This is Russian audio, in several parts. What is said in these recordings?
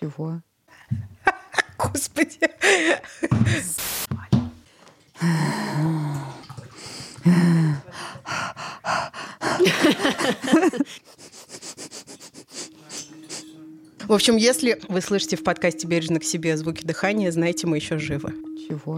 Чего? Господи. В общем, если вы слышите в подкасте «Бережно к себе» звуки дыхания, знайте, мы еще живы. Чего?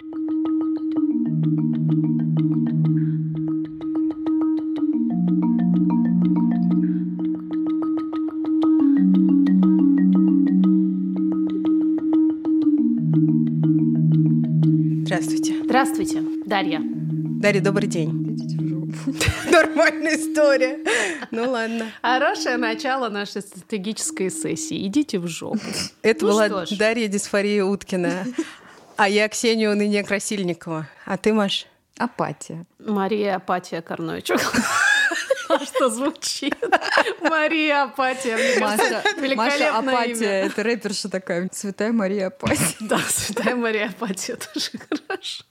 Здравствуйте. Здравствуйте, Дарья. Дарья, добрый день. Идите в жопу. Нормальная история. Ну ладно. Хорошее начало нашей стратегической сессии. Идите в жопу. Это Ну была что ж. Дарья Дисфория Уткина. А я Ксения Уныние Красильникова. А ты, Маш? Апатия. Мария Апатия Корнойчук. А что звучит? Мария Апатия. Мне кажется, Маша великолепное Апатия. имя. Это рэперша такая. Святая Мария Апатия. Да, Святая Мария Апатия тоже хорошо.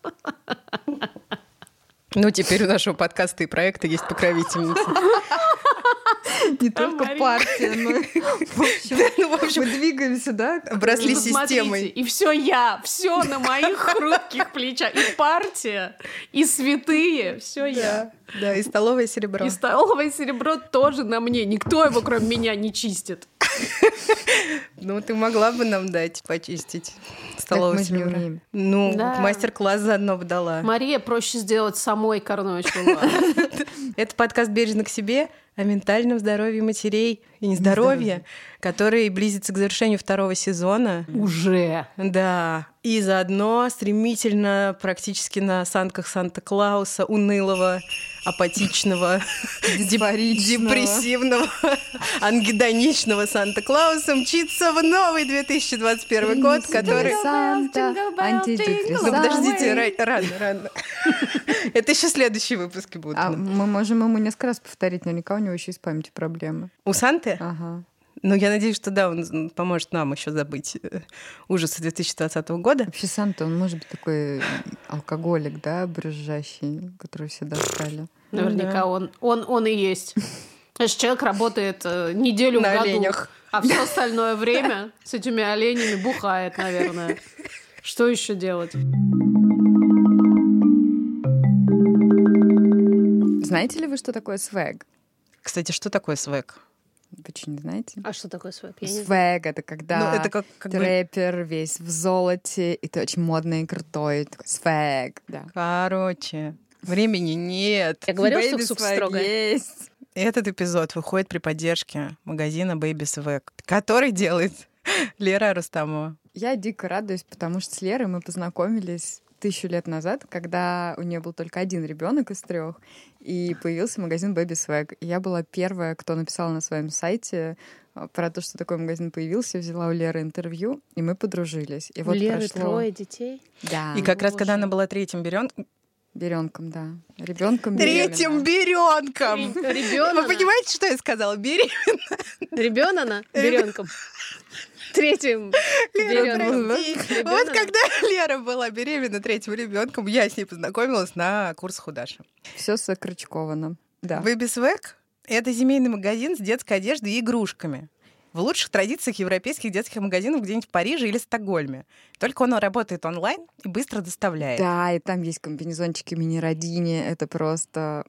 Ну, теперь у нашего подкаста и проекта есть покровительница. Не только Мария. партия, но и, в общем, мы двигаемся, да? Обросли Посмотрите, системой. и все на моих хрупких плечах. И партия, и святые, все я. Да, и столовое серебро. И столовое серебро тоже на мне. Никто его, кроме меня, не чистит. Ну, ты могла бы нам дать почистить столовое мы же не серебро. умеем. Ну, Да. мастер-класс заодно бы дала. Мария проще сделать самой Корнойчук. Это подкаст «Бережно к себе» о ментальном здоровье матерей и нездоровье, который близится к завершению 2-го сезона. Уже. Да, и заодно стремительно практически на санках Санта-Клауса, унылого, апатичного, депрессивного, ангидоничного Санта-Клауса мчится в новый 2021 год, который... Санта, Ну, антидепрессанты. подождите, рано. Это еще следующие выпуски будут. А мы можем ему несколько раз повторить, наверняка у него еще есть с памятью проблемы. У Санты? Ага. Ну, я надеюсь, что да, он поможет нам еще забыть ужасы 2020 года. Вообще Санта, он может быть такой алкоголик, да, брюзжащий, который все достали. Наверняка он и есть. Значит, человек работает неделю На в году, оленях. а все остальное время с этими оленями бухает, наверное. Что еще делать? Знаете ли вы, что такое свэг? Кстати, что такое свэг? Вы что, не знаете? А что такое свэк? Я не знаю. Свэг — это когда Ну, это как ты бы- рэпер весь в золоте, и ты очень модный и крутой. Такой свэг, да. Короче, времени нет. Я говорила, что Baby суп swag строгая. есть. Этот эпизод выходит при поддержке магазина Baby Swag, который делает Лера Рустамова. Я дико радуюсь, потому что с Лерой мы познакомились 1000 лет назад, когда у нее был только один ребенок из 3, и появился магазин Baby Swag. И я была первая, кто написала на своем сайте про то, что такой магазин появился, взяла у Леры интервью, и мы подружились. И У вот Леры прошло... 3 детей? Да, И как раз, когда Боже. она была третьим берёнком, да. Ребенком Третьим берёнком! Вы Ребенок? понимаете, что я сказала? Ребенок? Беренком. Третьим беренком. Вот когда Лера была беременна третьим ребенком, я с ней познакомилась на курсах у Даши. Все сокрючковано. Да. Baby Swag — это семейный магазин с детской одеждой и игрушками. В лучших традициях европейских детских магазинов где-нибудь в Париже или Стокгольме. Только он работает онлайн и быстро доставляет. Да, и там есть комбинезончики мини-родини. Это просто...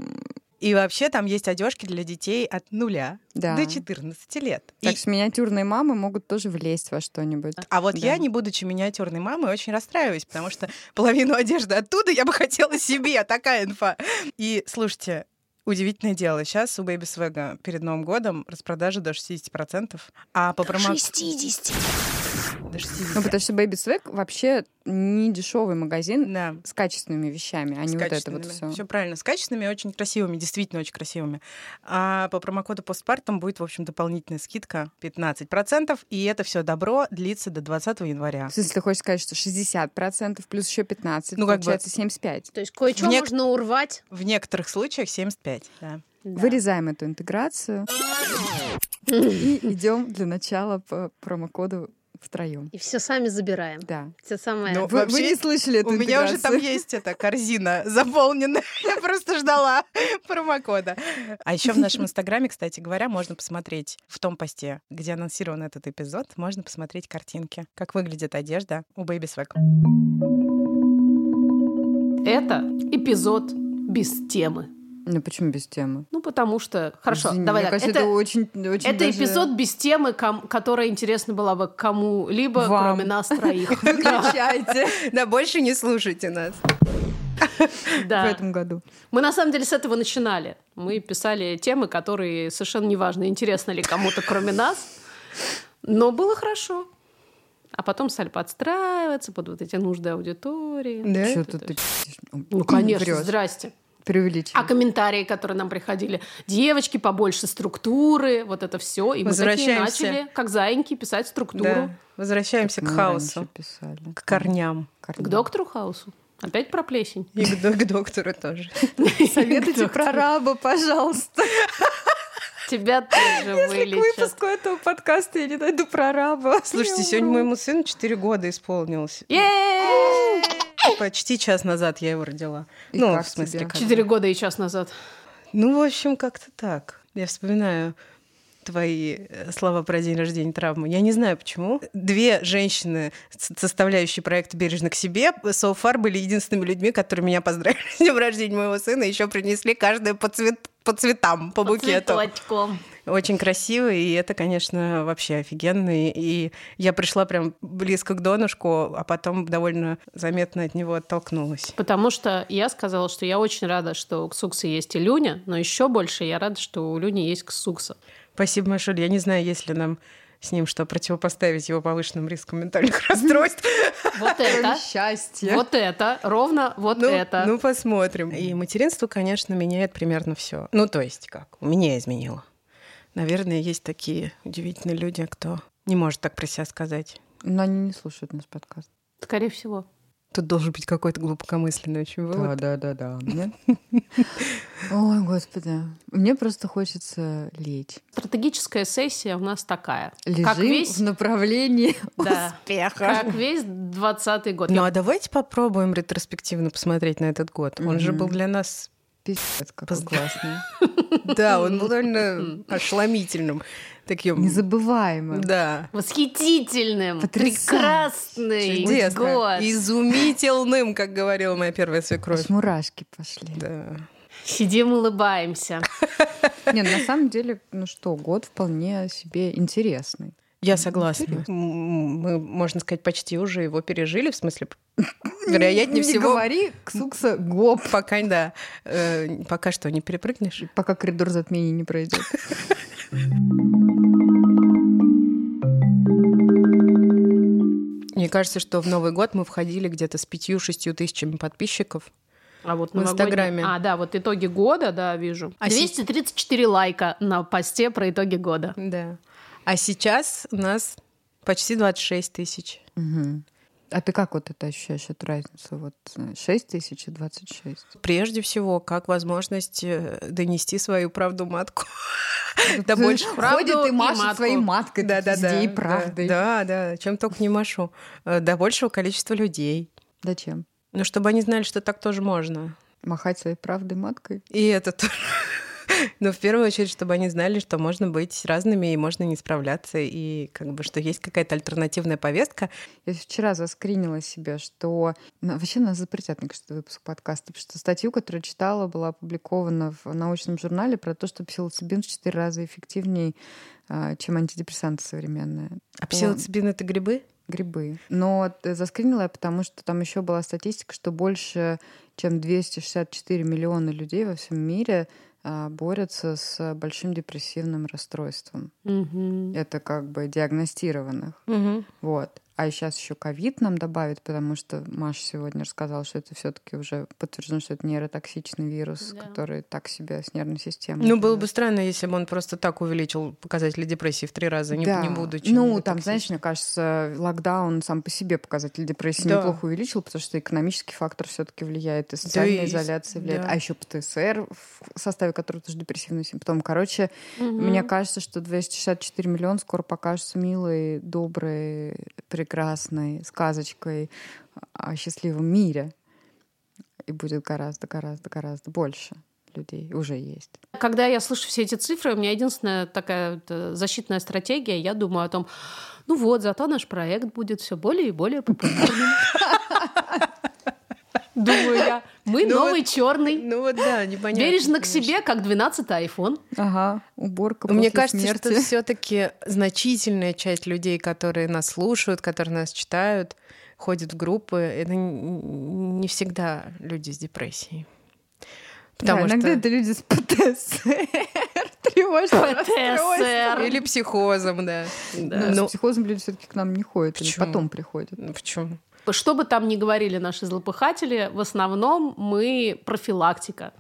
И вообще там есть одежки для детей от 0 Да. до 14 лет. Так И- что миниатюрные мамы могут тоже влезть во что-нибудь. А вот Да. я, не будучи миниатюрной мамой, очень расстраиваюсь, потому что половину одежды оттуда я бы хотела себе. Такая инфа. И слушайте, удивительное дело. Сейчас у Baby Swag перед Новым годом распродажа до 60%. А по промо... 60. До 60%. Ну, потому что Baby Swag вообще не дешевый магазин Да. с качественными вещами, а не вот это вот все. Все правильно. С качественными, очень красивыми, действительно очень красивыми. А по промокоду постпартум будет, в общем, дополнительная скидка 15%, и это все добро длится до 20 января. В смысле, ты хочешь сказать, что 60% плюс еще 15%, Ну, как бы- получается 75%. То есть кое-что В нек- можно урвать. В некоторых случаях 75, да. Да. Вырезаем эту интеграцию и идем для начала по промокоду втроем. И все сами забираем. Да. Все самое... Ну, Вы вообще, не слышали эту у меня уже там интеграцию? есть эта корзина заполненная. Я просто ждала промокода. А еще в нашем инстаграме, кстати говоря, можно посмотреть в том посте, где анонсирован этот эпизод, можно посмотреть картинки, как выглядит одежда у Baby Swag. Это эпизод без темы. Ну почему без темы? Ну, потому что... Хорошо, Извини, давай мне так. кажется, это очень Это даже... эпизод без темы, которая интересна была бы кому-либо, Вам. кроме нас троих. Выключайте Да, больше не слушайте нас. в Да. этом году. Мы на самом деле с этого начинали. Мы писали темы, которые совершенно неважно, интересно ли кому-то, кроме нас. Но было хорошо. А потом стали подстраиваться под вот эти нужды аудитории. Да? Что-то ты Ну, конечно, врёшь. здрасте. Преувеличиваешь. А комментарии, которые нам приходили, девочки, побольше структуры, вот это все. И мы такие Возвращаемся. начали, как заиньки, писать структуру. Да. Возвращаемся к Мы хаосу, раньше писали. к корням. К доктору Хаусу. Опять про плесень. И к доктору тоже. Советуйте про раба, пожалуйста. Тебя тоже Если к вылечат. выпуску этого подкаста я не найду про раба. Слушайте, я сегодня умру. моему сыну 4 года исполнилось. Е-е-е! Почти час назад я его родила. И Ну, как в смысле, тебе? как? 4 года и час назад. Ну, в общем, как-то так. Я вспоминаю твои слова про день рождения травмы. Я не знаю, почему. 2 женщины, составляющие проект «Бережно к себе», so far были единственными людьми, которые меня поздравили с днем рождения моего сына, еще принесли каждая по цветам, по букету. Цветочком. Очень красиво, и это, конечно, вообще офигенно. И я пришла прям близко к донышку, а потом довольно заметно от него оттолкнулась. Потому что я сказала, что я очень рада, что у Ксукса есть и Люня, но еще больше я рада, что у Люни есть Ксукса. Спасибо, Машуль. Я не знаю, есть ли нам с ним что противопоставить его повышенным рискам ментальных расстройств. Вот это, Счастье. вот это, ровно вот это. Ну, посмотрим. И материнство, конечно, меняет примерно все. Ну, то есть как? У меня изменило. Наверное, есть такие удивительные люди, кто не может так про себя сказать. Но они не слушают наш подкаст. Скорее всего. Тут должен быть какой-то глубокомысленный очень вывод. Да. Нет? Ой, господи. Мне просто хочется лечь. Стратегическая сессия у нас такая. Лежим Как весь, в направлении да, успеха. как весь 20-й год. Ну, а давайте попробуем ретроспективно посмотреть на этот год. Он же был для нас... Пиздец, какой классный. Да, он был довольно ошеломительным. Таким... Незабываемым. Да. Восхитительным, Потрясающе. прекрасный Чудесно. год. Изумительным, как говорила моя первая свекровь. Аж мурашки пошли. Да. Сидим, улыбаемся. Не, на самом деле, ну что, год вполне себе интересный. Я согласна. Мы, можно сказать, почти уже его пережили, в смысле, вероятнее Не всего... говори, Ксукса, гоп, Пока, да. Пока что не перепрыгнешь. пока коридор затмений не пройдет. Мне кажется, что в Новый год мы входили где-то с 5-6 тысячами подписчиков. А вот В новогодний- Инстаграме. А, да, вот итоги года, да, вижу. А 234 лайка на посте про итоги года. Да. А сейчас у нас почти 26 тысяч. Мгм. А ты как вот это ощущаешь, эту разницу? Вот 6 тысяч и 26. Прежде всего, как возможность донести свою правду матку. Да Ты больше правду ходит и и машет матку. своей маткой везде и да, правдой. да, чем только не машу. До большего количества людей. Зачем? Ну, чтобы они знали, что так тоже можно. Махать своей правдой маткой? И это тоже. Но в первую очередь, чтобы они знали, что можно быть разными и можно не справляться, и как бы что есть какая-то альтернативная повестка. Я вчера заскринила себе, что вообще нас запретят, мне кажется, выпуск подкаста, потому что статью, которую читала, была опубликована в научном журнале про то, что псилоцибин в 4 раза эффективнее, чем антидепрессанты современные. А псилоцибин — это грибы? Грибы. Но заскринила я, потому что там еще была статистика, что больше чем 264 миллиона людей во всем мире борются с большим депрессивным расстройством. Мгм. Это как бы диагностированных. Угу. Вот. а сейчас еще ковид нам добавит, потому что Маша сегодня рассказала, что это все-таки уже подтверждено, что это нейротоксичный вирус, который так себя с нервной системой. Ну, было бы странно, если бы он просто так увеличил показатели депрессии в 3 раза, не будучи. Ну, там, знаешь, мне кажется, локдаун сам по себе показатели депрессии неплохо увеличил, потому что экономический фактор все-таки влияет, и социальная изоляция влияет, а еще ПТСР, в составе которого тоже депрессивный симптом. Короче, мне кажется, что 264 миллиона скоро покажутся милой, доброй, прекрасной сказочкой о счастливом мире. И будет гораздо больше людей. Уже есть. Когда я слышу все эти цифры, у меня единственная такая защитная стратегия. Я думаю о том, ну вот, зато наш проект будет все более и более популярным. Думаю я, мы новый черный. Ну вот да, непонятно. Бережно к себе, как 12-й iPhone. Ага, уборка после Мне кажется, смерти. что все-таки значительная часть людей, которые нас слушают, которые нас читают, ходят в группы, это не всегда люди с депрессией. Потому что... Иногда это люди с ПТСР, тревожным расстройством. Или психозом, да. С психозом люди все-таки к нам не ходят, или потом приходят. Почему? Что бы там ни говорили наши злопыхатели, в основном мы профилактика.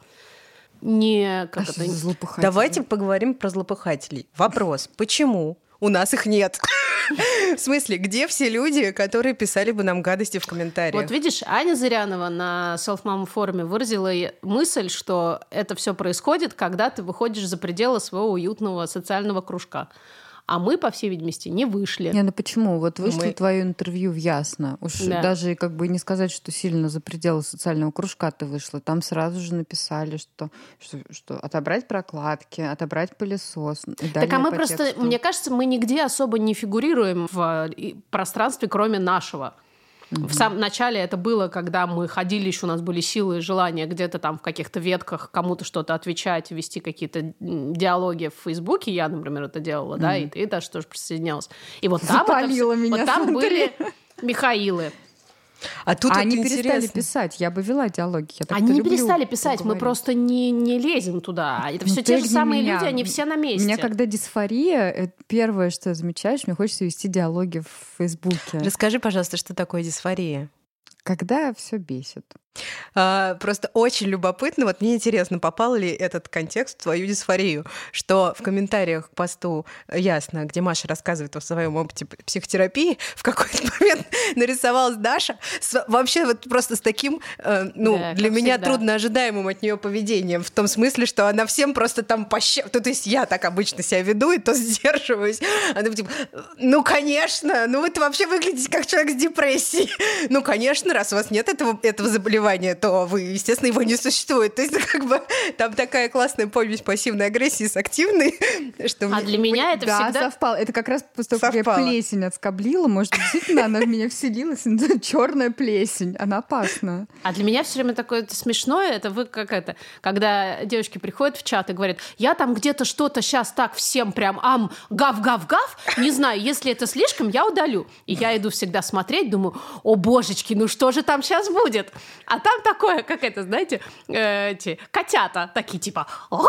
Злопыхатели? Давайте поговорим про злопыхателей. Вопрос, почему у нас их нет? В смысле, где все люди, которые писали бы нам гадости в комментариях? Вот видишь, Аня Зырянова на Self-Mom форуме выразила мысль, что это все происходит, когда ты выходишь за пределы своего уютного социального кружка. А мы, по всей видимости, не вышли. Ну почему? Вот вышло твое интервью в Ясно. Уж даже как бы не сказать, что сильно за пределы социального кружка ты вышла. Там сразу же написали, что отобрать прокладки, отобрать пылесос. Так а мы просто, мне кажется, мы нигде особо не фигурируем в пространстве, кроме нашего. В самом начале это было, когда мы ходили, еще у нас были силы и желания где-то там в каких-то ветках кому-то что-то отвечать, вести какие-то диалоги в Фейсбуке. Я, например, это делала, да, и ты даже тоже присоединялась. И вот там, там были Михаилы. А тут они перестали писать. Я бы вела диалоги. Они не перестали писать, мы просто не лезем туда. Это все те же самые люди, они все на месте. У меня, когда дисфория, это первое, что замечаешь, мне хочется вести диалоги в Фейсбуке. Расскажи, пожалуйста, что такое дисфория? Когда все бесит. Просто очень любопытно. Вот мне интересно, попал ли этот контекст в твою дисфорию, что в комментариях к посту Ясно, где Маша рассказывает о своем опыте психотерапии, в какой-то момент нарисовалась Даша вообще вот просто с таким, для меня трудно ожидаемым от нее поведением, в том смысле, что она всем просто там то есть я так обычно себя веду, и то сдерживаюсь. Она типа, конечно, вы вообще выглядите как человек с депрессией. Конечно, раз у вас нет этого заболевания, то вы, естественно, его не существует. То есть, как бы, там такая классная помесь пассивной агрессии с активной. Что для меня это всегда... Да, совпало. Это как раз после того, как я плесень отскоблила, может, действительно, она в меня вселилась. Черная плесень, она опасна. А для меня все время такое смешное, это вы как это, когда девушки приходят в чат и говорят, я там где-то что-то сейчас так всем прям гав-гав-гав, не знаю, если это слишком, я удалю. И я иду всегда смотреть, думаю, о, божечки, что же там сейчас будет? А там такое, как это, знаете, эти котята такие типа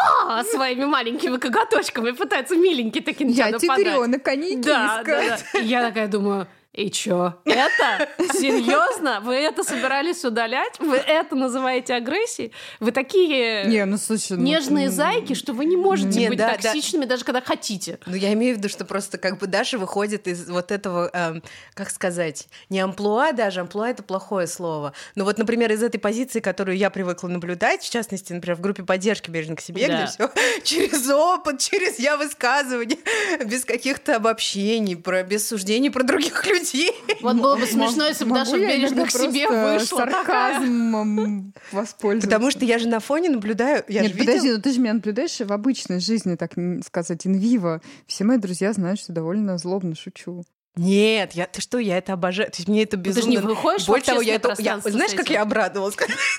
своими маленькими коготочками пытаются миленькие такие на тебя нападать. Я тигрёнок, а не киска. Да. И я такая думаю... И чё? Это? Серьезно? Вы это собирались удалять? Вы это называете агрессией? Вы такие нежные зайки, что вы не можете быть токсичными, даже когда хотите. Я имею в виду, что просто как бы Даша выходит из вот этого, как сказать, не амплуа даже, амплуа — это плохое слово. Но вот, например, из этой позиции, которую я привыкла наблюдать, в частности, например, в группе поддержки «Бережно к себе», где все через опыт, через я высказывание, без каких-то обобщений, без суждений про других людей. Вот было бы смешно, если бы Даша бережно к себе вышла. Сарказмом воспользоваться. Потому что я же на фоне наблюдаю... Подожди, но ты же меня наблюдаешь в обычной жизни, так сказать, инвиво. Все мои друзья знают, что довольно злобно шучу. Нет, ты что, я это обожаю. То есть мне это безумно... Ты же не выходишь в общественное пространство. Знаешь, как я обрадовалась?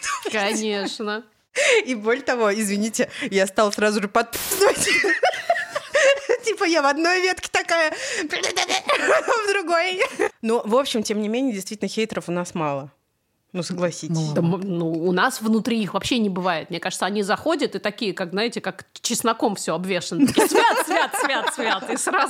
Конечно. И более того, извините, я стала сразу же подписывать... Типа я в одной ветке такая, в другой. Но, в общем, тем не менее, действительно, хейтеров у нас мало. Согласитесь. Да, у нас внутри их вообще не бывает. Мне кажется, они заходят и такие, как, знаете, как чесноком все обвешано. Свят, свят, свят, свят. И сразу...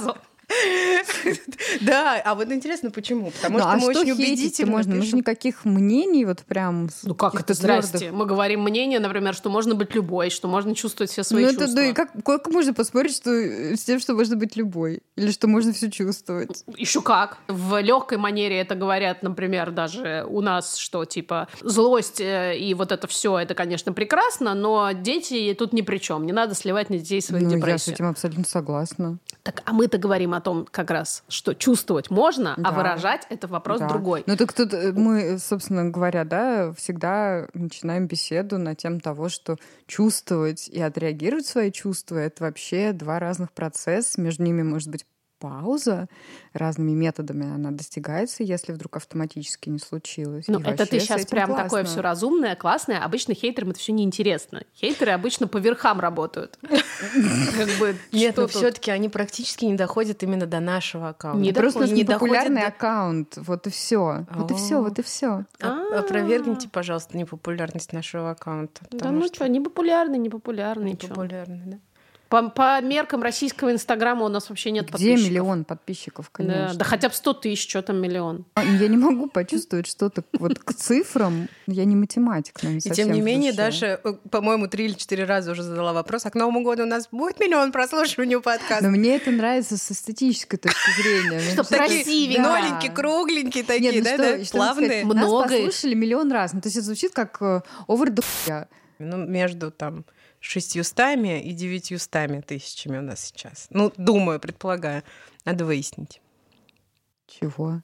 Да, а вот интересно, почему? Потому Ну, что а мы что очень хейтить-то убедительно можно? Мы же пишем. никаких мнений вот прям... Ну как это, здрасте? Мы говорим мнение, например, что можно быть любой, что можно чувствовать все свои Ну, чувства. это, да, и как можно поспорить с тем, что можно быть любой? Или что можно все чувствовать? Еще как. В легкой манере это говорят, например, даже у нас, что типа злость и вот это все, это, конечно, прекрасно, но дети тут ни при чем. Не надо сливать на детей свою Ну, я с депрессию. этим абсолютно согласна. Так, а мы-то говорим о том, как раз, что чувствовать можно, Да. а выражать это вопрос Да. другой. Ну, так тут мы, собственно говоря, да, всегда начинаем беседу на тему того, что чувствовать и отреагировать свои чувства — это вообще два разных процесса. Между ними может быть пауза. Разными методами она достигается, если вдруг автоматически не случилось. Ну, И это вообще ты с сейчас этим прям классно. такое все разумное, классное. Обычно хейтерам это все неинтересно. Хейтеры обычно по верхам работают. Как бы, Нет, что но тут? все-таки они практически не доходят именно до нашего аккаунта. Не Просто у нас доходит. непопулярный аккаунт. Вот и все. Вот и все, вот и все. Опровергните, пожалуйста, непопулярность нашего аккаунта. Да ну что, непопулярный, чё. Непопулярный, да. По меркам российского Инстаграма у нас вообще нет Где подписчиков. миллион подписчиков, конечно. Да хотя бы 100 тысяч, что там миллион. Я не могу почувствовать что-то вот к цифрам. Я не математик, наверное, И совсем тем не в менее, душе. Даша, по-моему, 3 или 4 раза уже задала вопрос, а к Новому году у нас будет 1 миллион прослушиваний у подкаста. Но мне это нравится с эстетической точки зрения. Чтоб Такие красивенько. да. Ноленькие, кругленькие такие, Нет, ну да, что, да, что вам плавные. сказать, Много нас их. послушали миллион раз. Ну, то есть это звучит как овер до хуя. Ну, между там 600 и 900 тысячами у нас сейчас. Ну, думаю, предполагаю. Надо выяснить. Чего?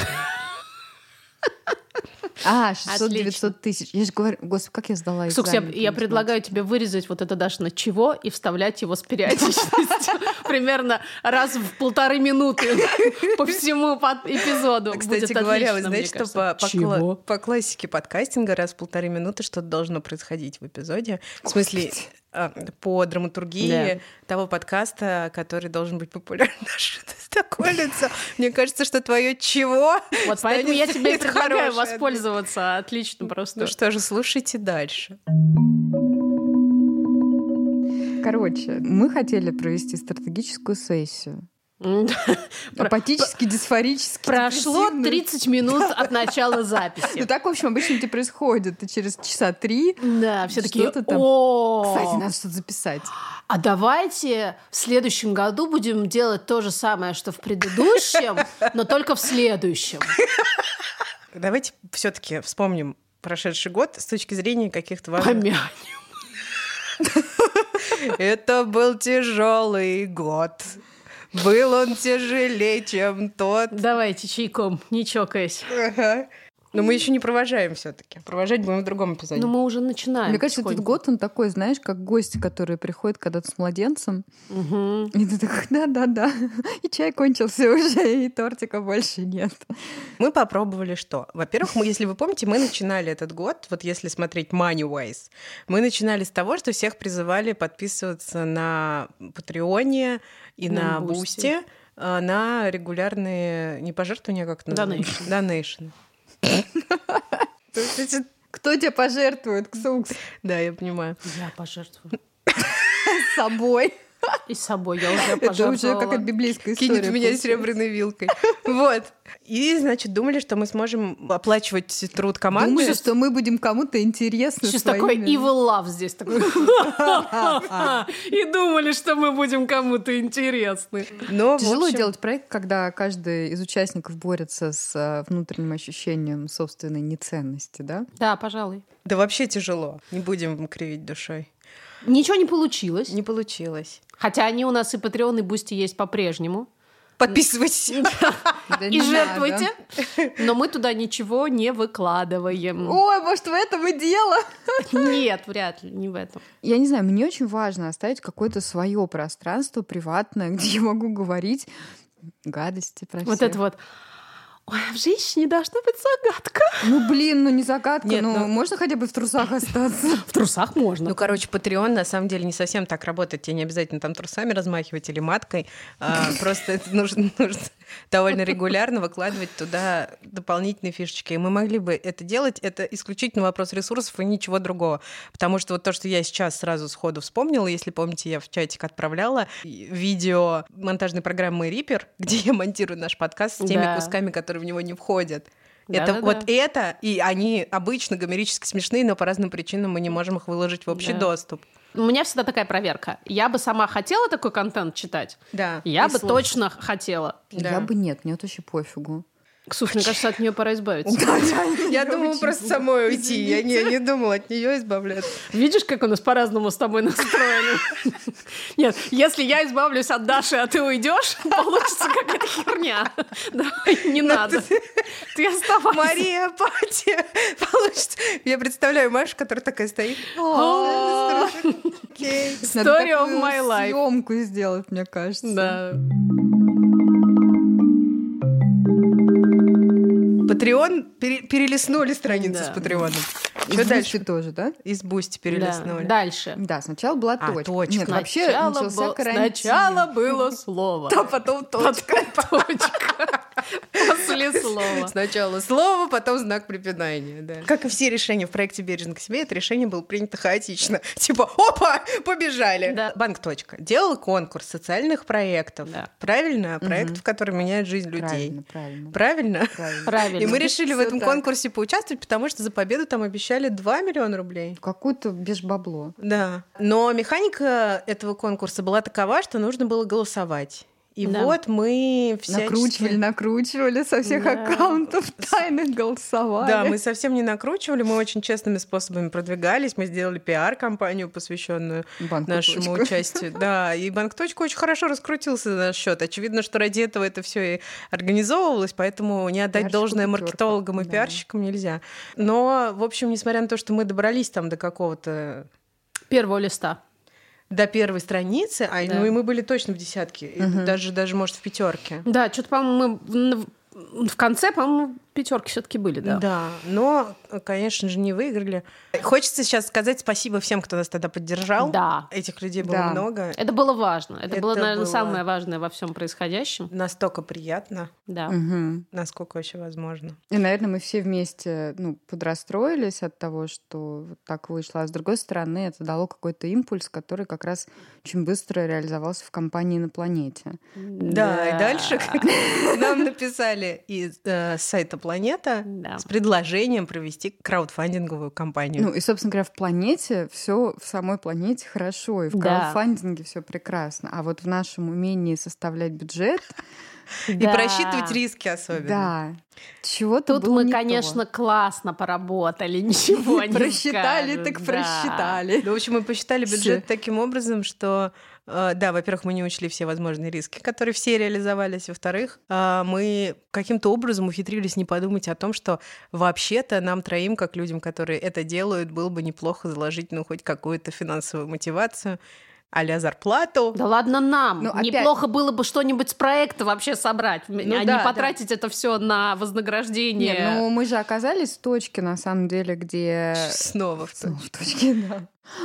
600-900 тысяч. Я же говорю, господи, как я сдала экзамен. Сукс, я по математике. предлагаю тебе вырезать вот это даже на чего и вставлять его с периодичностью примерно раз в 1,5 минуты по всему эпизоду. Кстати Будет говоря, вы отлично, знаете, мне что кажется. Чего? по классике подкастинга раз в 1,5 минуты что-то должно происходить в эпизоде. В смысле, по драматургии того подкаста, который должен быть популярен. Что это такое лицо? Мне кажется, что твое чего? Вот поэтому я тебе и станет предлагаю хорошее. воспользоваться. Отлично просто. Ну что же, слушайте дальше. Короче, мы хотели провести стратегическую сессию. Апатически, дисфорически, Прошло депрессивную. 30 минут от начала записи. Ну так, в общем, обычно это происходит. И через часа 3 Да, все такие, что-то там. Кстати, надо что-то записать. А давайте в следующем году будем делать то же самое, что в предыдущем, но только в следующем. Давайте все-таки вспомним прошедший год с точки зрения каких-то важных... Помянем. Это был тяжелый год. Был он тяжелее, чем тот. Давайте чайком, не чокаясь. Ага. Но мы еще не провожаем все-таки. Провожать будем в другом эпизоде. Но мы уже начинаем. Мне кажется, этот потихоньку. год, он такой, знаешь, как гости, которые приходят когда-то с младенцем. Мгм. И ты такой, да-да-да. И чай кончился уже, и тортика больше нет. Мы попробовали что? Во-первых, мы, если вы помните, мы начинали этот год, вот если смотреть Money-wise, мы начинали с того, что всех призывали подписываться на Патреоне и На на Boosty. Бусти на регулярные, не пожертвования, а как это называется? Донейшн. Кто тебе пожертвует, Ксукс? Да, я понимаю. Я пожертвую. С собой. И с собой я уже Это пожертвовала. уже как от библейской истории. Кинет в меня серебряной вилкой. Вот. И, значит, думали, что мы сможем оплачивать труд команды. Думали, что мы будем кому-то интересны Сейчас своими. такой evil love здесь. Такой. И думали, что мы будем кому-то интересны. Но, в Тяжело общем, делать проект, когда каждый из участников борется с внутренним ощущением собственной неценности, да? Да, пожалуй. Да вообще тяжело. Не будем кривить душой. Ничего не получилось. Не получилось. Хотя они у нас и Patreon, и Boosty есть по-прежнему. Подписывайтесь. Да И не жертвуйте. надо. Но мы туда ничего не выкладываем. Ой, может, в этом и дело? Нет, вряд ли, не в этом. Я не знаю, мне очень важно оставить какое-то свое пространство приватное, где я могу говорить гадости про Вот всех. это вот. Ой, в женщине должна быть загадка. Ну, блин, ну не загадка, Нет, ну ну- можно хотя бы в трусах остаться? В трусах можно. Ну, короче, Patreon на самом деле не совсем так работает. Тебе не обязательно там трусами размахивать или маткой. Просто это нужно довольно регулярно выкладывать туда дополнительные фишечки. И мы могли бы это делать. Это исключительно вопрос ресурсов и ничего другого. Потому что вот то, что я сейчас сразу сходу вспомнила, если помните, я в чатик отправляла видео монтажной программы Reaper, где я монтирую наш подкаст с теми Да. кусками, которые в него не входят. Это Да-да-да. вот это, и они обычно гомерически смешные, но по разным причинам мы не можем их выложить в общий Да. доступ. У меня всегда такая проверка. Я бы сама хотела такой контент читать? Да. Я И бы слушать. точно хотела. Да. Я бы нет, мне вот вообще пофигу. Ксюш, мне кажется, от нее пора избавиться. Я думала просто самой уйти. Я не думала от нее избавляться. Видишь, как у нас по-разному с тобой настроены? Нет, если я избавлюсь от Даши, а ты уйдешь, получится какая-то херня. Давай, не надо. Ты оставайся. Мария, апатия. Получится. Я представляю Машу, которая такая стоит. Окей. Story of my life. Съемку сделать, мне кажется. Да. Патреон, перелистнули страницу Да. с Патреоном. И Что с дальше? Бусти тоже, да? Из Бусти Да. перелистнули. Дальше. Да, сначала была точка. точка. Нет, вообще начался карантин. Сначала было слово. А потом точка. Потом точка. После слова. Сначала слово, потом знак препинания. Да. Как и все решения в проекте «Бережно к себе», это решение было принято хаотично. Типа, опа, побежали. Да. Банк «Точка» делал конкурс социальных проектов. Да. Правильно? Проектов, которые меняют жизнь людей. Правильно, правильно. Правильно? Правильно. Правильно. И мы решили в Всё этом так. конкурсе поучаствовать, потому что за победу там обещали 2 миллиона рублей. Какую-то бешбабло. Да. Но механика этого конкурса была такова, что нужно было голосовать. И Да. вот мы всячески... Накручивали со всех Да. аккаунтов тайных голосовали. Да, мы совсем не накручивали, мы очень честными способами продвигались, мы сделали пиар-компанию, посвященную Банку нашему «Точка». участию. Да, и Банк «Точка» очень хорошо раскрутился за наш счет. Очевидно, что ради этого это все и организовывалось, поэтому не отдать Пиарщику должное пятёрка. маркетологам и Да. пиарщикам нельзя. Но, в общем, несмотря на то, что мы добрались там до какого-то Первого листа. до первой страницы, Да. ну и мы были точно в десятке, и даже, может, в пятерке. Да, что-то, по-моему, мы в конце, по-моему, пятерки все-таки были, да. Да, но, конечно же, не выиграли. Хочется сейчас сказать спасибо всем, кто нас тогда поддержал. Да. Этих людей было Да. много. Это было важно. Это было, Это наверное, было- самое важное во всем происходящем. Настолько приятно, Да. Мгм. насколько вообще возможно. И, наверное, мы все вместе подрастроились от того, что вот так вышло. А с другой стороны, это дало какой-то импульс, который как раз очень быстро реализовался в компании «На планете». Да, и дальше нам написали из сайта «Планета» Да. с предложением провести краудфандинговую кампанию. Ну и, собственно говоря, в планете все в самой планете хорошо, и в Да. краудфандинге все прекрасно. А вот в нашем умении составлять бюджет, И Да. просчитывать риски особенно. да, чего-то Тут было мы, не то. конечно, классно поработали, ничего не Просчитали, скажешь, так да. просчитали. Ну, в общем, мы посчитали бюджет Всё. таким образом, что, да, во-первых, мы не учли все возможные риски, которые все реализовались. Во-вторых, мы каким-то образом ухитрились не подумать о том, что вообще-то нам троим, как людям, которые это делают, было бы неплохо заложить, ну, хоть какую-то финансовую мотивацию, а-ля зарплату. Да ладно нам. Ну, опять- Неплохо было бы что-нибудь с проекта вообще собрать, а да, не да. потратить это все на вознаграждение. Нет, ну мы же оказались в точке, на самом деле, где... Снова в Ну, в точке, да.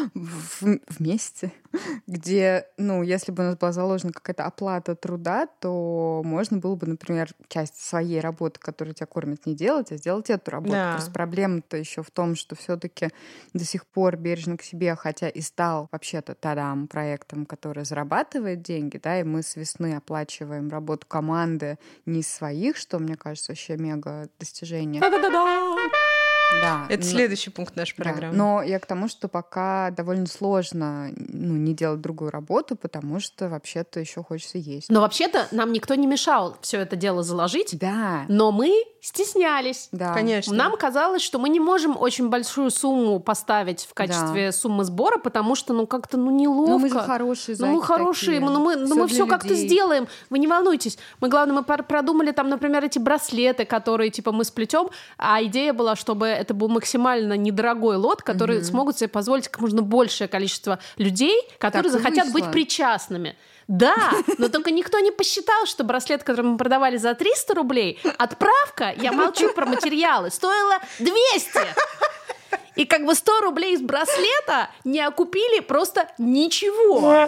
Вместе, где, ну, если бы у нас была заложена какая-то оплата труда, то можно было бы, например, часть своей работы, которая тебя кормит, не делать, а сделать эту работу. Да. Просто проблема-то еще в том, что все-таки до сих пор «Бережно к себе», хотя и стал вообще-то тадам проектом, который зарабатывает деньги, да, и мы с весны оплачиваем работу команды не из своих, что, мне кажется, вообще мега достижение. Да-да-да-да. Да, Это но- следующий пункт нашей да, программы. но я к тому, что пока довольно сложно, ну, не делать другую работу, потому что вообще-то еще хочется есть. Но вообще-то нам никто не мешал все это дело заложить, Да, но мы стеснялись. да. Конечно. Нам казалось, что мы не можем очень большую сумму поставить в качестве суммы сбора, потому что, ну, как-то, ну, неловко. Ну, мы же хорошие Ну, мы зайки хорошие, такие. мы Всё все для как-то людей. сделаем. Вы не волнуйтесь. Главное, мы продумали там, например, эти браслеты, которые типа мы сплетем, а идея была, чтобы это был максимально недорогой лот, который смогут себе позволить как можно большее количество людей, которые Так и захотят вышло. быть причастными. Да, но только никто не посчитал, что браслет, который мы продавали за 300 рублей, отправка, я молчу про материалы, стоила 200. И как бы 100 рублей из браслета не окупили просто ничего.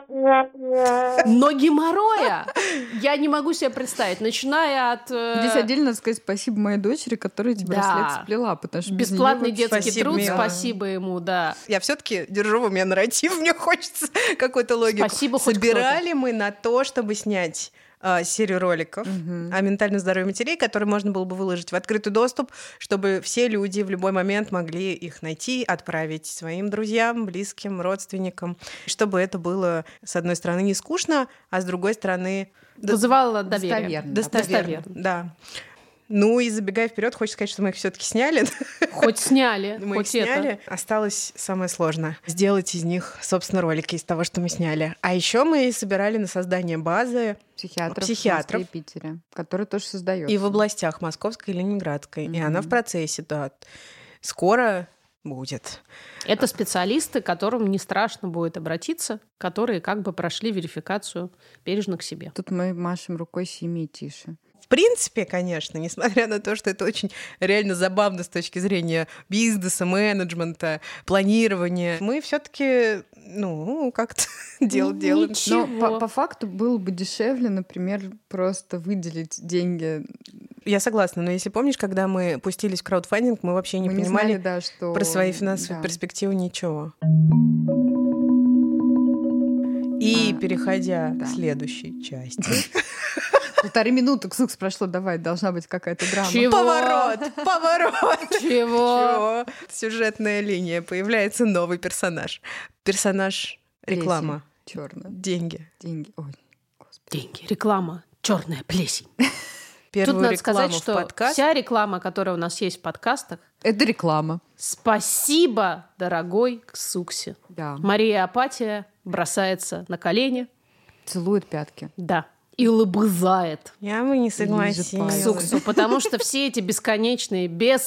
Но геморроя я не могу себе представить, начиная от... Здесь отдельно надо сказать спасибо моей дочери, которая эти браслеты сплела, потому что бесплатный детский спасибо, труд, милая. спасибо ему, да. Я все-таки держу, у меня нарратив, мне хочется какой-то логику. Спасибо, хоть Собирали мы на то, чтобы снять серию роликов о ментальном здоровье матерей, которые можно было бы выложить в открытый доступ, чтобы все люди в любой момент могли их найти, отправить своим друзьям, близким, родственникам, чтобы это было, с одной стороны, не скучно, а с другой стороны... Вызывало доверие. Достоверно, да. Ну и забегая вперед, хочется сказать, что мы их все-таки сняли. Хоть сняли, Мы хоть их сняли. Осталось самое сложное — сделать из них, собственно, ролики из того, что мы сняли. А еще мы собирали на создание базы психиатров в Москве и Питере, который тоже создается. И в областях Московской и Ленинградской. И она в процессе, да. Скоро будет. Это специалисты, которым не страшно будет обратиться, которые как бы прошли верификацию бережно к себе. Тут мы машем рукой семьи тише. В принципе, конечно, несмотря на то, что это очень реально забавно с точки зрения бизнеса, менеджмента, планирования, мы все-таки, как-то делаем. Но по факту было бы дешевле, например, просто выделить деньги. Я согласна, но если помнишь, когда мы пустились в краудфандинг, мы вообще не понимали знали, что... про свои финансовые перспективы ничего. И переходя к следующей части. 1,5 минуты, Ксукс, прошло, давай, должна быть какая-то драма. Чего? Поворот! Чего? Сюжетная линия, появляется новый персонаж. Персонаж реклама. Черная. Деньги. Ой, господи. Деньги, реклама, черная плесень. Первую Тут надо рекламу сказать, в что подкаст. вся реклама, которая у нас есть в подкастах, Это реклама. спасибо, дорогой Ксуксе. Да. Мария Апатия бросается на колени, Целует пятки. да, и лобызает Я бы не согласилась. Ксуксу, потому что все эти бесконечные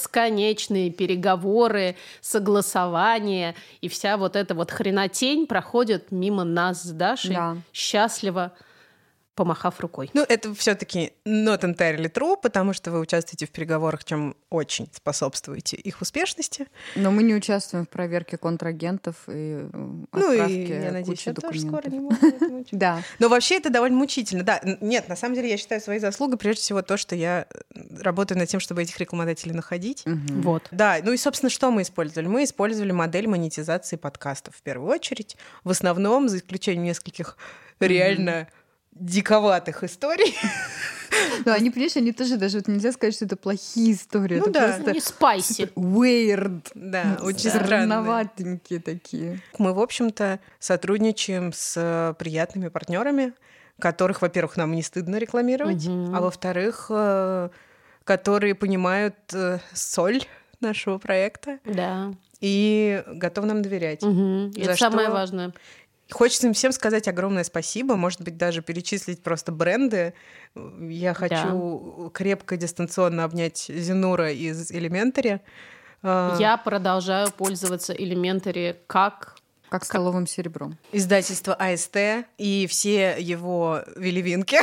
переговоры, согласования и вся вот эта вот хренотень проходят мимо нас с Дашей, Да. счастливо помахав рукой. Ну, это все-таки not entirely true, потому что вы участвуете в переговорах, чем очень способствуете их успешности. Но мы не участвуем в проверке контрагентов и отправке я надеюсь, кучи я тоже документов. скоро не буду в этом участвовать. Да. Но вообще это довольно мучительно. Да, нет, на самом деле я считаю своей заслугой прежде всего то, что я работаю над тем, чтобы этих рекламодателей находить. Вот. Да, ну и, собственно, что мы использовали? Мы использовали модель монетизации подкастов в первую очередь. В основном, за исключением нескольких реально диковатых историй. Ну, они, понимаешь, они тоже даже вот нельзя сказать, что это плохие истории. Ну это да. просто Не спайси. weird. Да, очень странные. Странноватенькие такие. Мы, в общем-то, сотрудничаем с приятными партнерами, которых, во-первых, нам не стыдно рекламировать, а во-вторых, которые понимают соль нашего проекта Да. и готовы нам доверять. Это самое важное. Хочется им всем сказать огромное спасибо, может быть, даже перечислить просто бренды. Я хочу крепко дистанционно обнять Зинура из Elementary. Я продолжаю пользоваться Elementary как столовым серебром. Издательство АСТ и все его веливинки.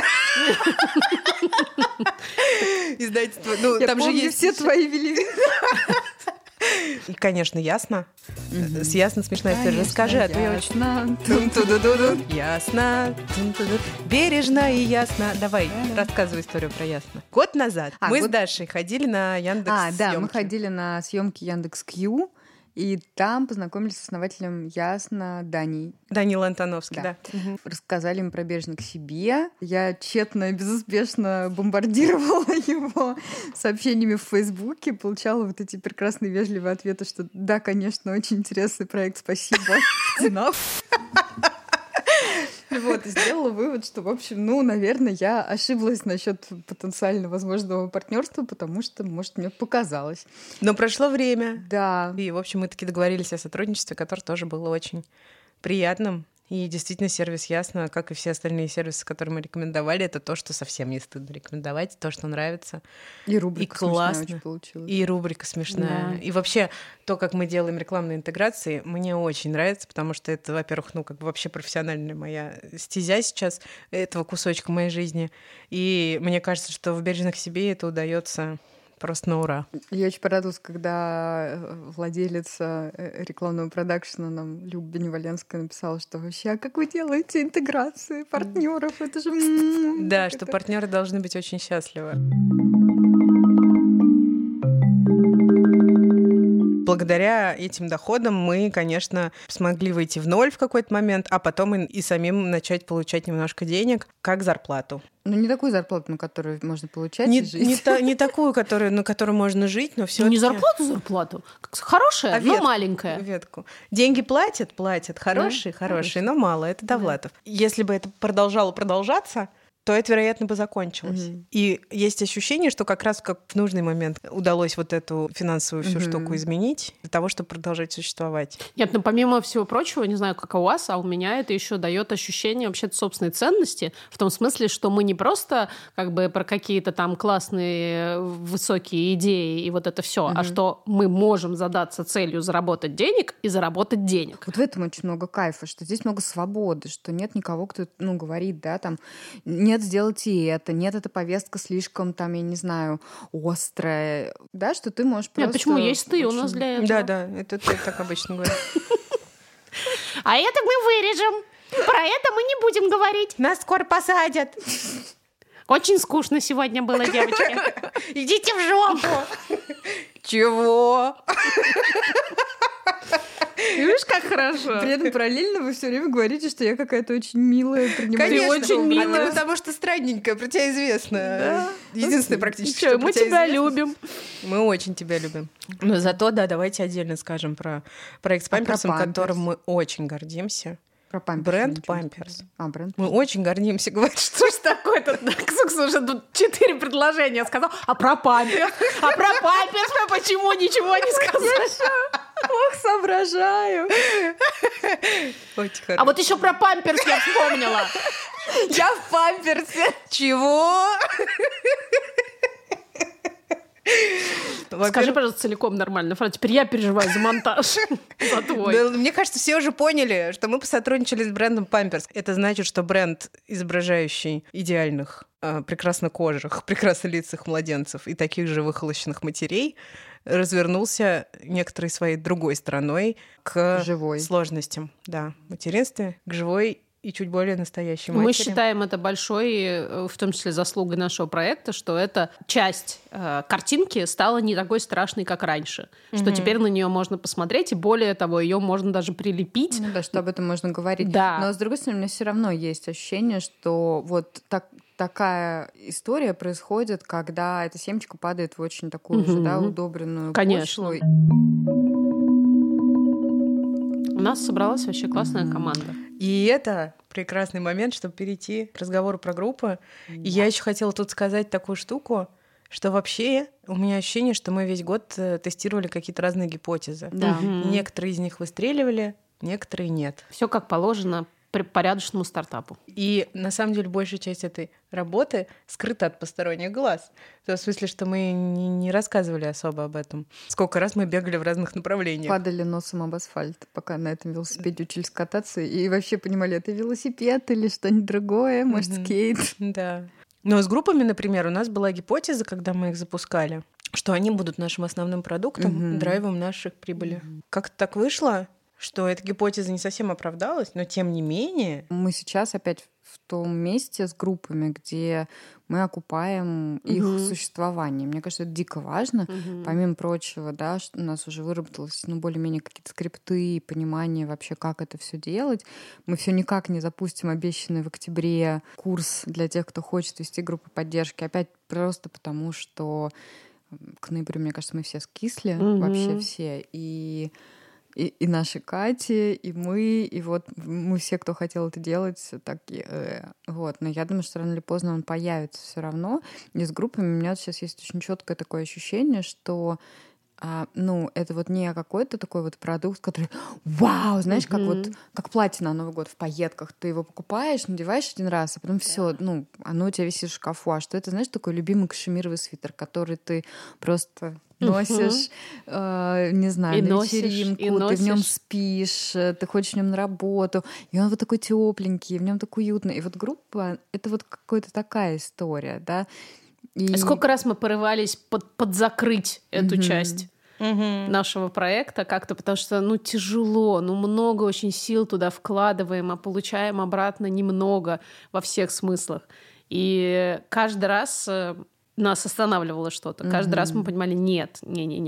Издательство, Я там же помню есть все твои веливинки. И, конечно, ясно. С ясно смешная история. Расскажи, а то я очень... Ясно. Тун-ту-ду-ду-ду. Ясно. Тун-ту-ду. Бережно и ясно. Давай, рассказывай историю про ясно. Год назад мы с Дашей ходили на Яндекс.Съемки. Да, мы ходили на съемки Яндекс.Кью, и там познакомились с основателем Ясно Даней. Данила Антоновский, да. Рассказали им про бережно к себе. Я тщетно и безуспешно бомбардировала его сообщениями в Фейсбуке, получала вот эти прекрасные вежливые ответы, что да, конечно, очень интересный проект, спасибо. Вот, и сделала вывод, что, в общем, наверное, я ошиблась насчет потенциально возможного партнерства, потому что, может, мне показалось. Но прошло время. Да. И, в общем, мы таки договорились о сотрудничестве, которое тоже было очень приятным И действительно, сервис Ясно, как и все остальные сервисы, которые мы рекомендовали, это то, что совсем не стыдно рекомендовать, то, что нравится. И рубрика и классно. смешная очень получилась. И рубрика смешная. Да. И вообще, то, как мы делаем рекламные интеграции, мне очень нравится, потому что это, во-первых, ну, как бы вообще профессиональная моя стезя сейчас этого кусочка моей жизни. И мне кажется, что в «Бережных себе» это удается просто на ура. Я очень порадовалась, когда владелица рекламного продакшена нам, Люба Беневоленская, написала, что вообще, а как вы делаете интеграции партнеров? Это же... Да, что партнеры должны быть очень счастливы. Благодаря этим доходам мы, конечно, смогли выйти в ноль в какой-то момент, а потом и самим начать получать немножко денег, как зарплату. Ну, не такую зарплату, на которую можно получать и жить. Не такую, на которую можно жить, но все. Не зарплату. Хорошая, но маленькая. Ветку. Деньги платят, хорошие, но мало. Это Довлатов. Если бы это продолжало продолжаться, то это, вероятно, бы закончилось. И есть ощущение, что как раз как в нужный момент удалось вот эту финансовую всю штуку изменить для того, чтобы продолжать существовать. Нет, ну помимо всего прочего, не знаю, как у вас, а у меня это еще дает ощущение вообще собственной ценности, в том смысле, что мы не просто как бы про какие-то там классные высокие идеи и вот это все, а что мы можем задаться целью заработать денег и заработать денег. Вот в этом очень много кайфа, что здесь много свободы, что нет никого, кто, говорит, да, там, нет, сделайте это, нет, эта повестка слишком, там, я не знаю, острая, да, что ты можешь просто... Нет, почему? Есть ты у нас для этого. Да, это ты так обычно говоришь. А это мы вырежем. Про это мы не будем говорить. Нас скоро посадят. Очень скучно сегодня было, девочки. Идите в жопу. Чего? Видишь, как хорошо. При этом параллельно вы все время говорите, что я какая-то очень милая, принимающая. Конечно, очень милая. А ты потому что странненькая, про тебя известно. Да. Единственное практически, что мы тебя любим. Мы очень тебя любим. Но зато, да, давайте отдельно скажем про проект с памперсом, которым мы очень гордимся. Про памперс. Бренд Памперс. Бренд. Мы очень гордимся, говорят, Что ж такое-то? Ксукс уже тут 4 предложения сказал. А про памперс? А про памперс мы почему ничего не сказали? Ох, соображаю. Очень хорошо. А вот еще про памперс я вспомнила. Я в памперсе. Чего? Скажи, пожалуйста, целиком нормально, Фран. Теперь я переживаю за монтаж. За твой. Да, мне кажется, все уже поняли, что мы посотрудничали с брендом Pampers. Это значит, что бренд, изображающий идеальных, прекраснокожих, прекраснолицых младенцев и таких же выхолощенных матерей, развернулся некоторой своей другой стороной к сложностям. Да, в материнстве, к живой и чуть более настоящей матери. Мы считаем это большой, в том числе заслугой нашего проекта, что эта часть картинки стала не такой страшной, как раньше. Что теперь на нее можно посмотреть, и более того, ее можно даже прилепить. Ну да, что об этом можно говорить. Да. Но, с другой стороны, у меня все равно есть ощущение, что вот такая история происходит, когда эта семечка падает в очень такую уже, да, удобренную Конечно. почву. У нас собралась вообще классная команда. И это прекрасный момент, чтобы перейти к разговору про группы. И я еще хотела тут сказать такую штуку, что вообще у меня ощущение, что мы весь год тестировали какие-то разные гипотезы. Да. Некоторые из них выстреливали, некоторые нет. Все как положено порядочному стартапу. И на самом деле большая часть этой работы скрыта от посторонних глаз. В смысле, что мы не рассказывали особо об этом. Сколько раз мы бегали в разных направлениях. Падали носом об асфальт, пока на этом велосипеде учились кататься. И вообще понимали, это велосипед или что-нибудь другое, может, скейт. Да. Но с группами, например, у нас была гипотеза, когда мы их запускали, что они будут нашим основным продуктом, драйвом наших прибыли. Как-то так вышло, что эта гипотеза не совсем оправдалась, но тем не менее... Мы сейчас опять в том месте с группами, где мы окупаем их существование. Мне кажется, это дико важно. Помимо прочего, да, что у нас уже выработалось, более-менее какие-то скрипты и понимание вообще, как это все делать. Мы все никак не запустим обещанный в октябре курс для тех, кто хочет вести группу поддержки. Опять просто потому, что к ноябрю, мне кажется, мы все скисли, вообще все. И наши Кати, и мы, и вот мы все, кто хотел это делать, такие. Вот. Но я думаю, что рано или поздно он появится все равно. И с группами у меня сейчас есть очень четкое такое ощущение, что это вот не какой-то такой вот продукт, который, вау, знаешь, как платье на Новый год в пайетках. Ты его покупаешь, надеваешь один раз, а потом все, оно у тебя висит в шкафу. А что это, знаешь, такой любимый кашемировый свитер, который ты просто носишь, не знаю, на вечеринку, ты в нем спишь, ты ходишь в нем на работу, и он вот такой тепленький, в нем так уютно. И вот группа — это вот какая-то такая история, да. И сколько раз мы порывались подзакрыть эту часть нашего проекта как-то, потому что, тяжело, много очень сил туда вкладываем, а получаем обратно немного во всех смыслах. И каждый раз нас останавливало что-то. Каждый раз мы понимали, нет.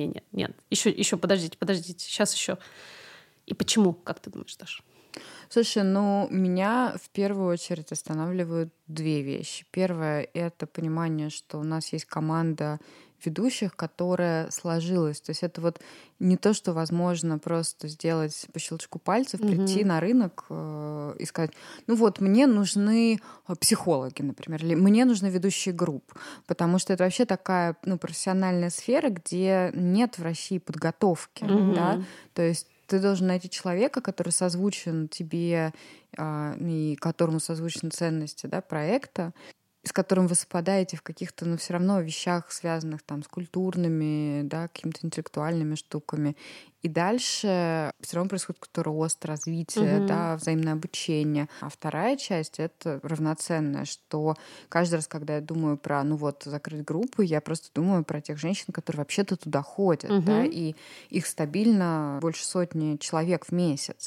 Еще подождите, сейчас еще. И почему, как ты думаешь, Даша? Слушай, меня в первую очередь останавливают две вещи. Первое — это понимание, что у нас есть команда ведущих, которая сложилась. То есть это вот не то, что возможно просто сделать по щелчку пальцев, прийти на рынок и сказать, мне нужны психологи, например, или мне нужны ведущие групп, потому что это вообще такая профессиональная сфера, где нет в России подготовки, да, то есть ты должен найти человека, который созвучен тебе и которому созвучны ценности, да, проекта, с которым вы совпадаете в каких-то, все равно вещах, связанных там с культурными, да, какими-то интеллектуальными штуками. И дальше все равно происходит какой-то рост, развитие, да, взаимное обучение. А вторая часть — это равноценное, что каждый раз, когда я думаю про, закрыть группу, я просто думаю про тех женщин, которые вообще-то туда ходят, да, и их стабильно больше 100 человек в месяц.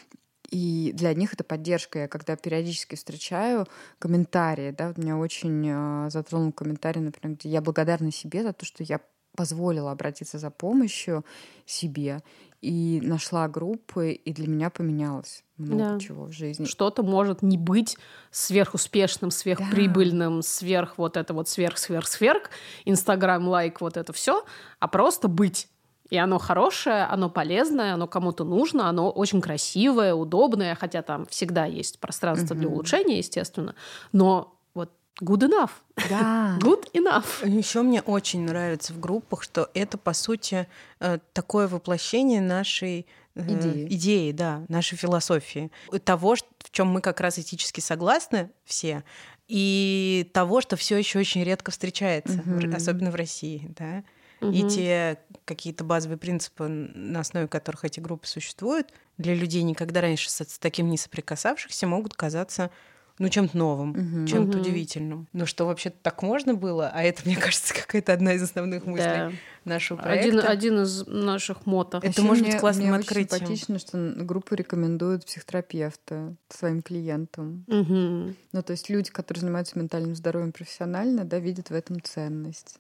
И для них это поддержка. Я когда периодически встречаю комментарии, да, меня очень затронул комментарий, например, где я благодарна себе за то, что я позволила обратиться за помощью себе и нашла группы, и для меня поменялось много чего в жизни. Что-то может не быть сверхуспешным, сверхприбыльным, сверх, Инстаграм, лайк, вот это все, а просто быть. И оно хорошее, оно полезное, оно кому-то нужно, оно очень красивое, удобное, хотя там всегда есть пространство для улучшения, естественно. Но вот good enough. Да. Good enough. Еще мне очень нравится в группах, что это, по сути, такое воплощение нашей идеи, да, нашей философии. Того, в чем мы как раз этически согласны все, и того, что все еще очень редко встречается, особенно в России, да. И те какие-то базовые принципы, на основе которых эти группы существуют, для людей, никогда раньше с таким не соприкасавшихся, могут казаться чем-то новым, чем-то удивительным. Что вообще-то так можно было, а это, мне кажется, какая-то одна из основных мыслей нашего проекта. Один из наших мото. Это может быть классным открытием. Мне очень симпатично, что группу рекомендуют психотерапевты своим клиентам. То есть люди, которые занимаются ментальным здоровьем профессионально, да, видят в этом ценность.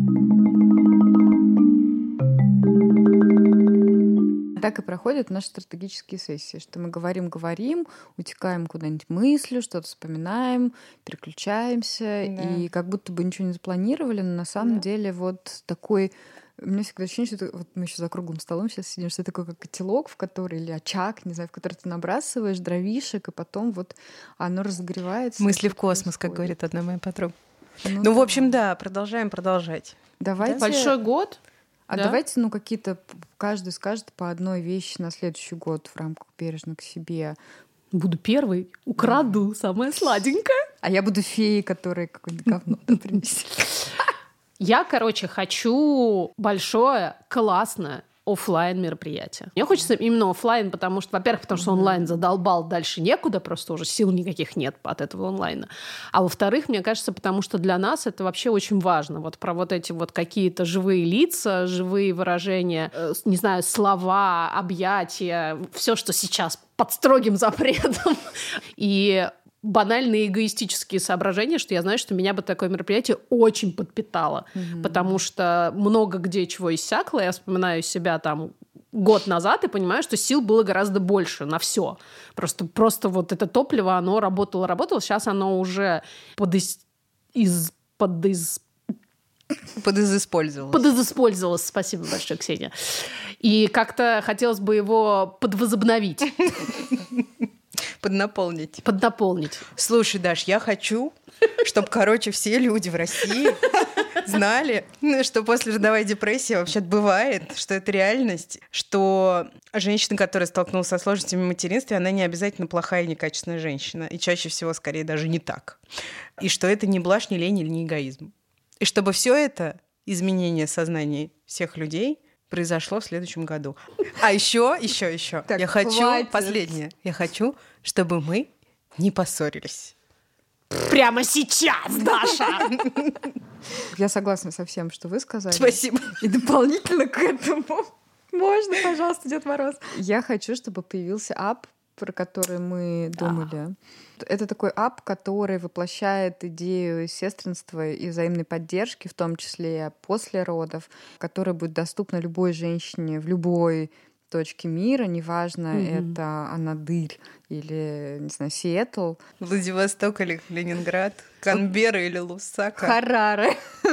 Так и проходят наши стратегические сессии, что мы говорим, утекаем куда-нибудь мыслью, что-то вспоминаем, переключаемся, и как будто бы ничего не запланировали, но на самом деле вот такой... У меня всегда ощущение, что это, мы еще за круглым столом сейчас сидим, что это такой как котелок, в который, или очаг, не знаю, в который ты набрасываешь дровишек, и потом вот оно разогревается. Мысли в космос, как говорит одна моя подруга. В общем, да, продолжать. Давайте... Большой год. Давайте, какие-то, каждый скажет по одной вещи на следующий год в рамках «Бережно к себе». Буду первой, украду самое сладенькое. А я буду феей, которая какое-нибудь говно принесет. Я, хочу большое, классное офлайн мероприятие. Мне хочется именно офлайн, потому что, во-первых, потому что онлайн задолбал, дальше некуда, просто уже сил никаких нет от этого онлайна. А во-вторых, мне кажется, потому что для нас это вообще очень важно. Вот про вот эти вот какие-то живые лица, живые выражения, не знаю, слова, объятия, все, что сейчас под строгим запретом. И банальные эгоистические соображения, что я знаю, что меня бы такое мероприятие очень подпитало, потому что много где чего иссякло. Я вспоминаю себя там год назад и понимаю, что сил было гораздо больше на все. Просто вот это топливо, оно работало. Сейчас оно уже подизиспользовалось. Спасибо большое, Ксения. И как-то хотелось бы его подвозобновить. Поднаполнить. Слушай, Даш, я хочу, чтобы, все люди в России знали, что после родовой депрессии вообще бывает, что это реальность, что женщина, которая столкнулась со сложностями в материнстве, она не обязательно плохая и некачественная женщина, и чаще всего, скорее, даже не так. И что это не блажь, не лень или не эгоизм. И чтобы все это изменение сознания всех людей произошло в следующем году. А еще. Так, Я хочу хватит. последнее. Я хочу, чтобы мы не поссорились. Прямо сейчас, Даша! Я согласна со всем, что вы сказали. Спасибо. И дополнительно к этому можно, пожалуйста, Дед Мороз. Я хочу, чтобы появился ап, про который мы думали. Это такой ап, который воплощает идею сестринства и взаимной поддержки, в том числе после родов, которая будет доступна любой женщине в любой точке мира, неважно, это Анадырь или, не знаю, Сиэтл. Владивосток или Ленинград, Канберра или Лусака, Хараре.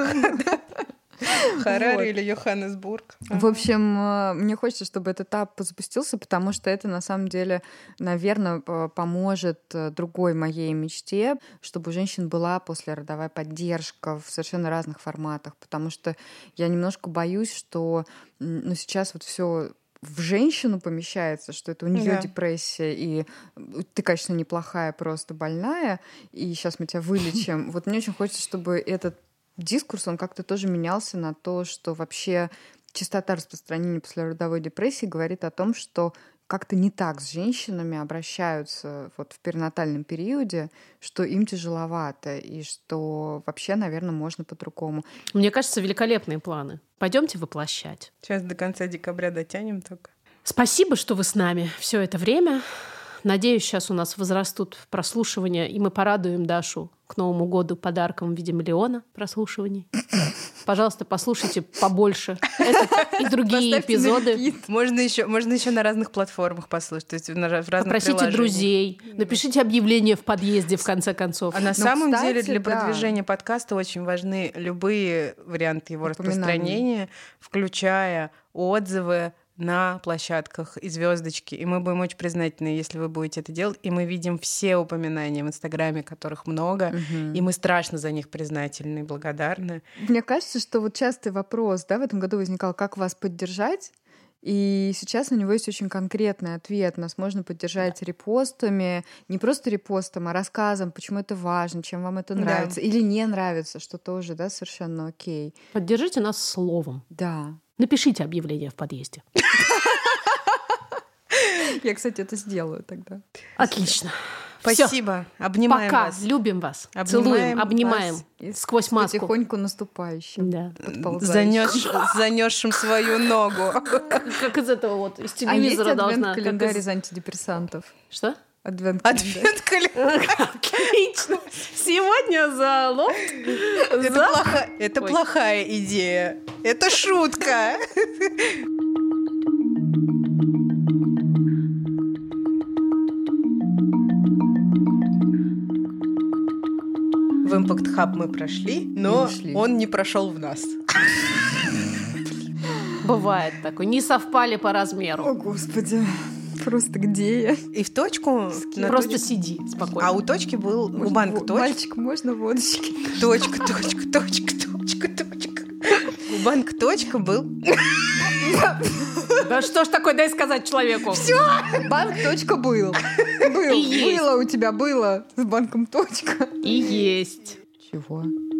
Хараре или Йоханнесбург. В общем, мне хочется, чтобы этот этап запустился, потому что это, на самом деле, наверное, поможет другой моей мечте, чтобы у женщин была послеродовая поддержка в совершенно разных форматах, потому что я немножко боюсь, что сейчас вот все в женщину помещается, что это у нее депрессия, и ты, конечно, неплохая, просто больная, и сейчас мы тебя вылечим. Вот мне очень хочется, чтобы этот дискурс, он как-то тоже менялся на то, что вообще частота распространения послеродовой депрессии говорит о том, что как-то не так с женщинами обращаются вот в перинатальном периоде, что им тяжеловато, и что вообще, наверное, можно по-другому. Мне кажется, великолепные планы. Пойдемте воплощать. Сейчас до конца декабря дотянем только. Спасибо, что вы с нами все это время. Надеюсь, сейчас у нас возрастут прослушивания, и мы порадуем Дашу к Новому году подарком в виде миллиона прослушиваний. Пожалуйста, послушайте побольше этот и другие эпизоды. Можно еще на разных платформах послушать, то есть в разных Попросите приложениях. друзей, напишите объявление в подъезде, в конце концов. А на самом кстати, деле для да. продвижения подкаста очень важны любые варианты его Упоминания. распространения, включая отзывы на площадках и звездочки. И мы будем очень признательны, если вы будете это делать. И мы видим все упоминания в Инстаграме, которых много, и мы страшно за них признательны и благодарны. Мне кажется, что вот частый вопрос, да, в этом году возникал, как вас поддержать? И сейчас на него есть очень конкретный ответ. Нас можно поддержать репостами, не просто репостом, а рассказом, почему это важно, чем вам это нравится или не нравится, что тоже, да, совершенно окей. Поддержите нас словом. Да. Напишите объявление в подъезде. Я, кстати, это сделаю тогда. Отлично. Всё. Спасибо. Обнимаем Пока. вас. Любим вас. Обнимаем Целуем, обнимаем. вас. И Сквозь маску. Потихоньку наступающим. Да. Занесшим свою ногу. Как из этого вот, из А есть телевизора должна. адвент-календарь как из антидепрессантов? Что? Адвент-календарь. Отлично. Сегодня за лофт. Это плохая идея. Это шутка. В Impact Hub мы прошли, но он не прошел в нас. Бывает такое. Не совпали по О, размеру. Господи. Просто где я? И в точку... Просто сиди спокойно. А у точки был... У банка точка. Мальчик, можно водочки? Точка. У банка точка был... Да что ж такое, дай сказать человеку. Все, банк точка был. И есть. Было у тебя, было с банком точка. И есть. Чего?